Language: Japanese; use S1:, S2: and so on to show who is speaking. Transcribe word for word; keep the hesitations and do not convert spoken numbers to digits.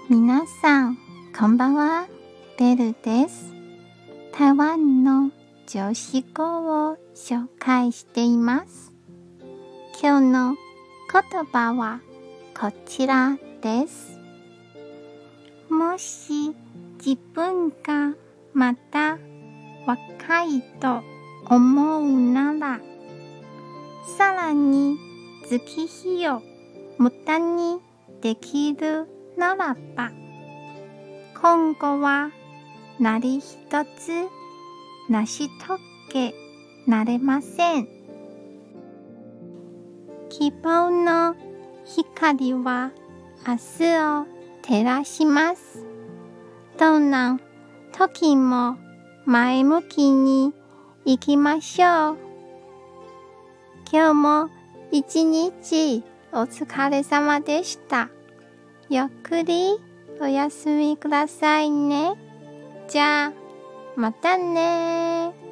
S1: 皆さん、こんばんは。ベルです。台湾の常識語を紹介しています。今日の言葉はこちらです。もし自分がまた若いと思うなら、さらに月日を無駄にできるならば、今後は何一つ成し遂げられません。希望の光は明日を照らします。どんな時も前向きに行きましょう。今日も一日お疲れ様でした。ゆっくりお休みくださいね。じゃあ、またね。